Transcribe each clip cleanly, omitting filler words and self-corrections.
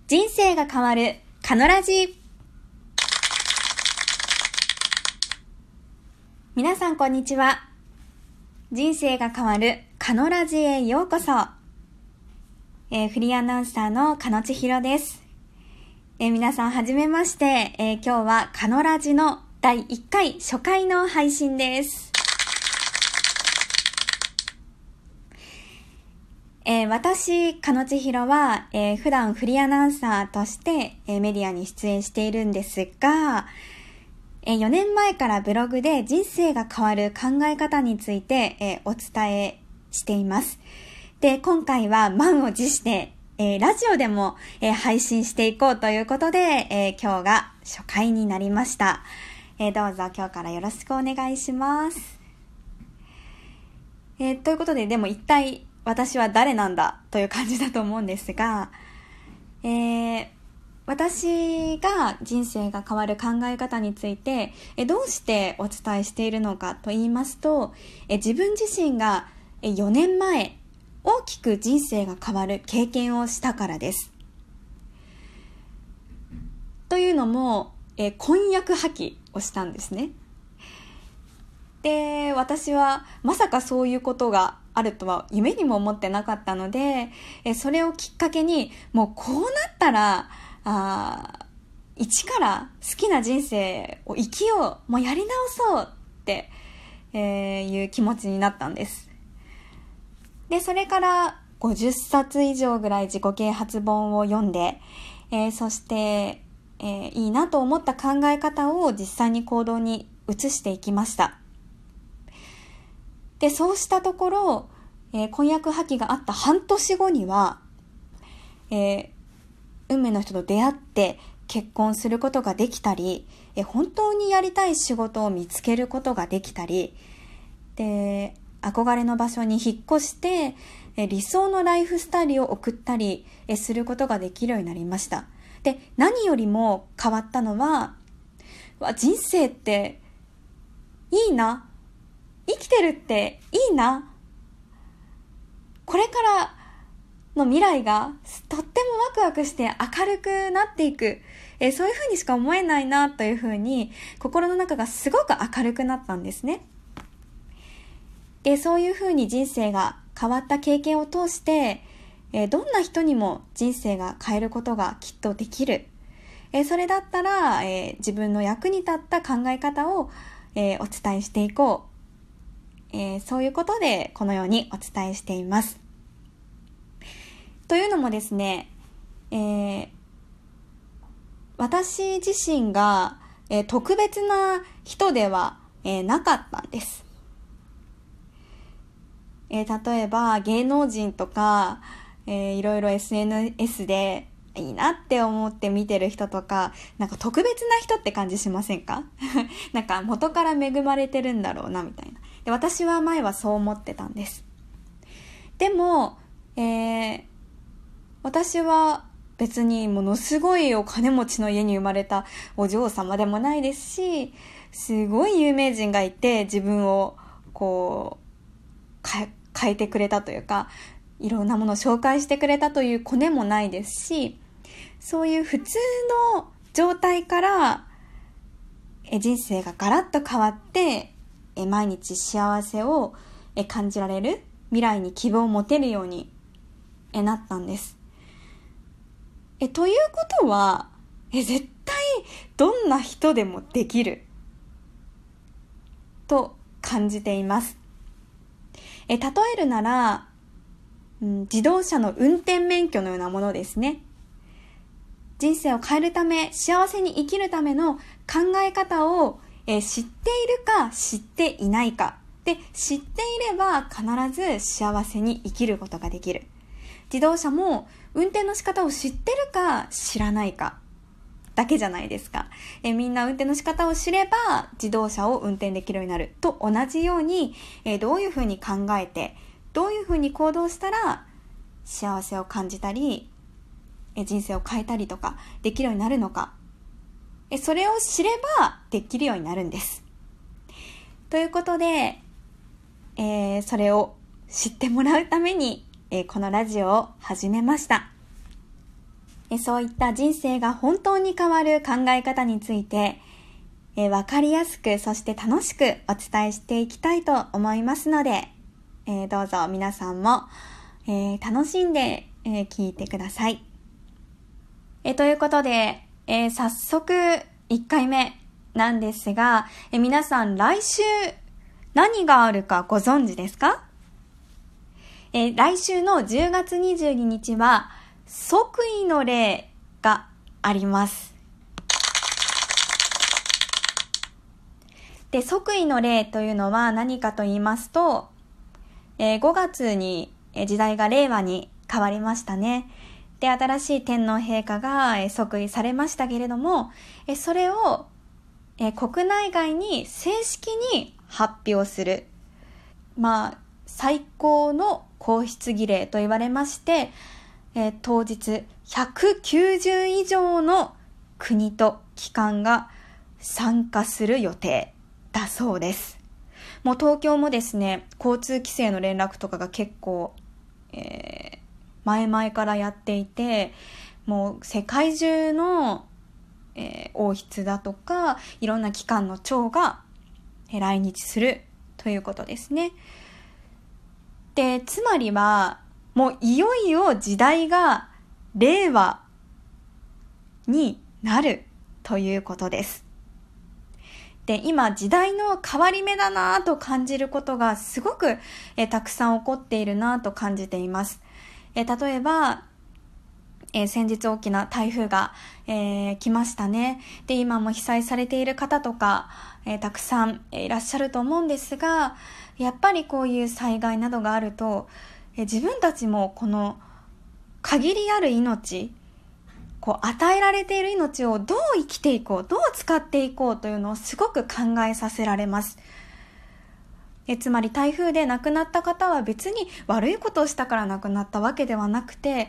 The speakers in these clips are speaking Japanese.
人生が変わるカノラジ。皆さんこんにちは。人生が変わるカノラジへようこそ。フリーアナウンサーの加野千尋です。皆さんはじめまして、今日はカノラジの第1回初回の配信です。私、加野千尋は、普段フリーアナウンサーとして、メディアに出演しているんですが、4年前からブログで人生が変わる考え方について、お伝えしています。で、今回は満を持して、ラジオでも、配信していこうということで、今日が初回になりました。どうぞ今日からよろしくお願いします。ということで、でも一体私は誰なんだという感じだと思うんですが、私が人生が変わる考え方について、どうしてお伝えしているのかと言いますと、自分自身が4年前大きく人生が変わる経験をしたからです。というのも、婚約破棄をしたんですね。で、私はまさかそういうことがあるとは夢にも思ってなかったので、それをきっかけにもうこうなったら一から好きな人生を生きよう、もうやり直そうって、いう気持ちになったんです。で、それから50冊以上ぐらい自己啓発本を読んで、そして、いいなと思った考え方を実際に行動に移していきました。で、そうしたところ、婚約破棄があった半年後には、運命の人と出会って結婚することができたり、本当にやりたい仕事を見つけることができたり、で、憧れの場所に引っ越して、理想のライフスタイルを送ったりすることができるようになりました。で、何よりも変わったのは、人生っていいな、生きてるっていいな、これからの未来がとってもワクワクして明るくなっていく、そういう風にしか思えないなという風に心の中がすごく明るくなったんですね。で、そういう風に人生が変わった経験を通して、どんな人にも人生が変えることがきっとできる。それだったら、自分の役に立った考え方を、お伝えしていこう。そういうことでこのようにお伝えしています。というのもですね、私自身が、特別な人では、なかったんです。例えば芸能人とか、いろいろ SNS でいいなって思って見てる人とか、なんか特別な人って感じしませんか？なんか元から恵まれてるんだろうなみたいな。で、私は前はそう思ってたんです。でも、私は別にものすごいお金持ちの家に生まれたお嬢様でもないですし、すごい有名人がいて自分をこう変えてくれたというか、いろんなものを紹介してくれたというコネもないですし、そういう普通の状態から人生がガラッと変わって毎日幸せを感じられる、未来に希望を持てるようになったんです。ということは絶対どんな人でもできると感じています。例えるなら、自動車の運転免許のようなものですね。人生を変えるため、幸せに生きるための考え方を、知っているか知っていないか。で、知っていれば必ず幸せに生きることができる。自動車も運転の仕方を知ってるか知らないかだけじゃないですか。みんな運転の仕方を知れば自動車を運転できるようになると同じように、どういうふうに考えて、どういうふうに行動したら幸せを感じたり、人生を変えたりとかできるようになるのか、それを知ればできるようになるんです。ということで、それを知ってもらうために、このラジオを始めました。 そういった人生が本当に変わる考え方について、わかりやすくそして楽しくお伝えしていきたいと思いますので、どうぞ皆さんも、楽しんで、聞いてください。ということで、早速1回目なんですが、皆さん来週何があるかご存知ですか？来週の10月22日は即位の礼があります。で、即位の礼というのは何かと言いますと、5月に時代が令和に変わりましたね。で、新しい天皇陛下が即位されましたけれども、それを国内外に正式に発表する、最高の皇室儀礼と言われまして、当日190以上の国と機関が参加する予定だそうです。もう東京もですね、交通規制の連絡とかが結構、前々からやっていて、もう世界中の、王室だとかいろんな機関の長が来日するということですね。で、つまりはもういよいよ時代が令和になるということです。で、今時代の変わり目だなと感じることがすごく、たくさん起こっているなと感じています。例えば、先日大きな台風が、来ましたね。で、今も被災されている方とか、たくさんいらっしゃると思うんですが、やっぱりこういう災害などがあると、自分たちもこの限りある命、与えられている命をどう生きていこう、どう使っていこうというのをすごく考えさせられます。つまり台風で亡くなった方は別に悪いことをしたから亡くなったわけではなくて、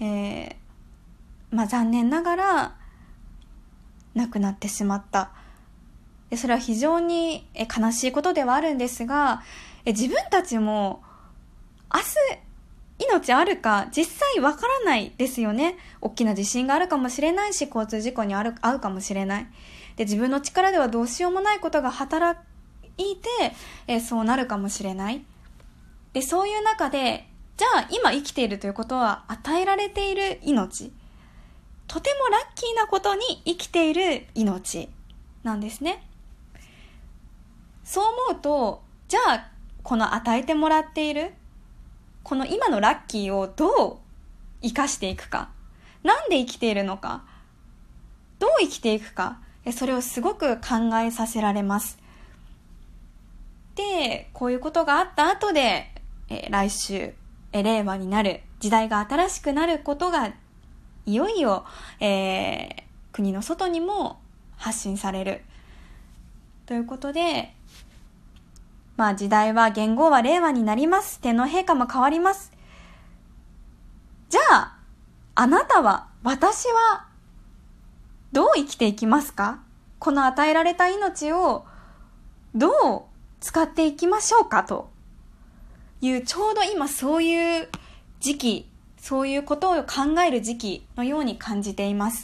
残念ながら亡くなってしまった。それは非常に悲しいことではあるんですが、自分たちも明日命あるか実際わからないですよね。大きな地震があるかもしれないし、交通事故に遭うかもしれない。で、自分の力ではどうしようもないことが働いて、そうなるかもしれない。で、そういう中で、じゃあ今生きているということは与えられている命。とてもラッキーなことに生きている命なんですね。そう思うと、じゃあこの与えてもらっているこの今のラッキーをどう生かしていくか、なんで生きているのか、どう生きていくか、それをすごく考えさせられます。で、こういうことがあった後で、来週、令和になる、時代が新しくなることがいよいよ、国の外にも発信されるということで、時代は元号は令和になります。天皇陛下も変わります。じゃあ、あなたは、私は、どう生きていきますか？この与えられた命を、どう使っていきましょうかという、ちょうど今そういう時期、そういうことを考える時期のように感じています。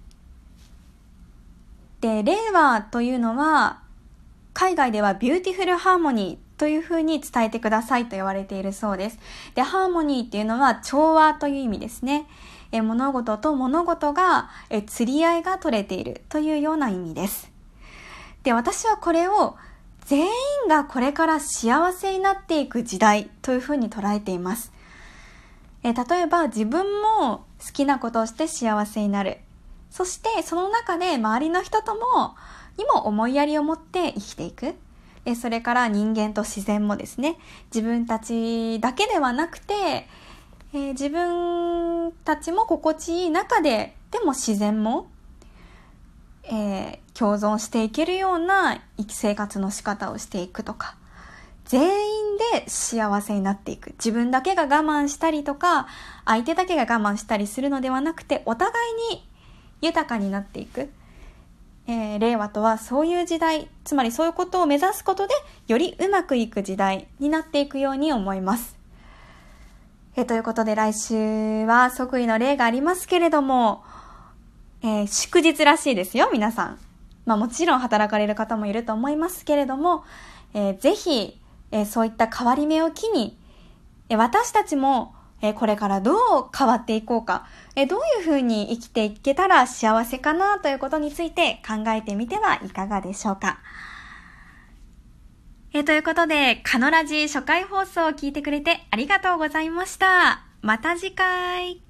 で、令和というのは、海外ではビューティフルハーモニーというふうに伝えてくださいと言われているそうです。で、ハーモニーっていうのは調和という意味ですね。物事と物事が釣り合いが取れているというような意味です。で、私はこれを全員がこれから幸せになっていく時代というふうに捉えています。例えば自分も好きなことをして幸せになる。そしてその中で周りの人にも思いやりを持って生きていく。それから人間と自然もですね、自分たちだけではなくて、自分たちも心地いい中で、でも自然も、共存していけるような生活の仕方をしていくとか、全員で幸せになっていく。自分だけが我慢したりとか、相手だけが我慢したりするのではなくて、お互いに豊かになっていく。令和とはそういう時代、つまりそういうことを目指すことでよりうまくいく時代になっていくように思います。 ということで来週は即位の例がありますけれども、祝日らしいですよ、皆さん。もちろん働かれる方もいると思いますけれども、ぜひ、そういった変わり目を機に、私たちも、これからどう変わっていこうか、どういうふうに生きていけたら幸せかなということについて考えてみてはいかがでしょうか。ということで、カノラジ初回放送を聞いてくれてありがとうございました。また次回。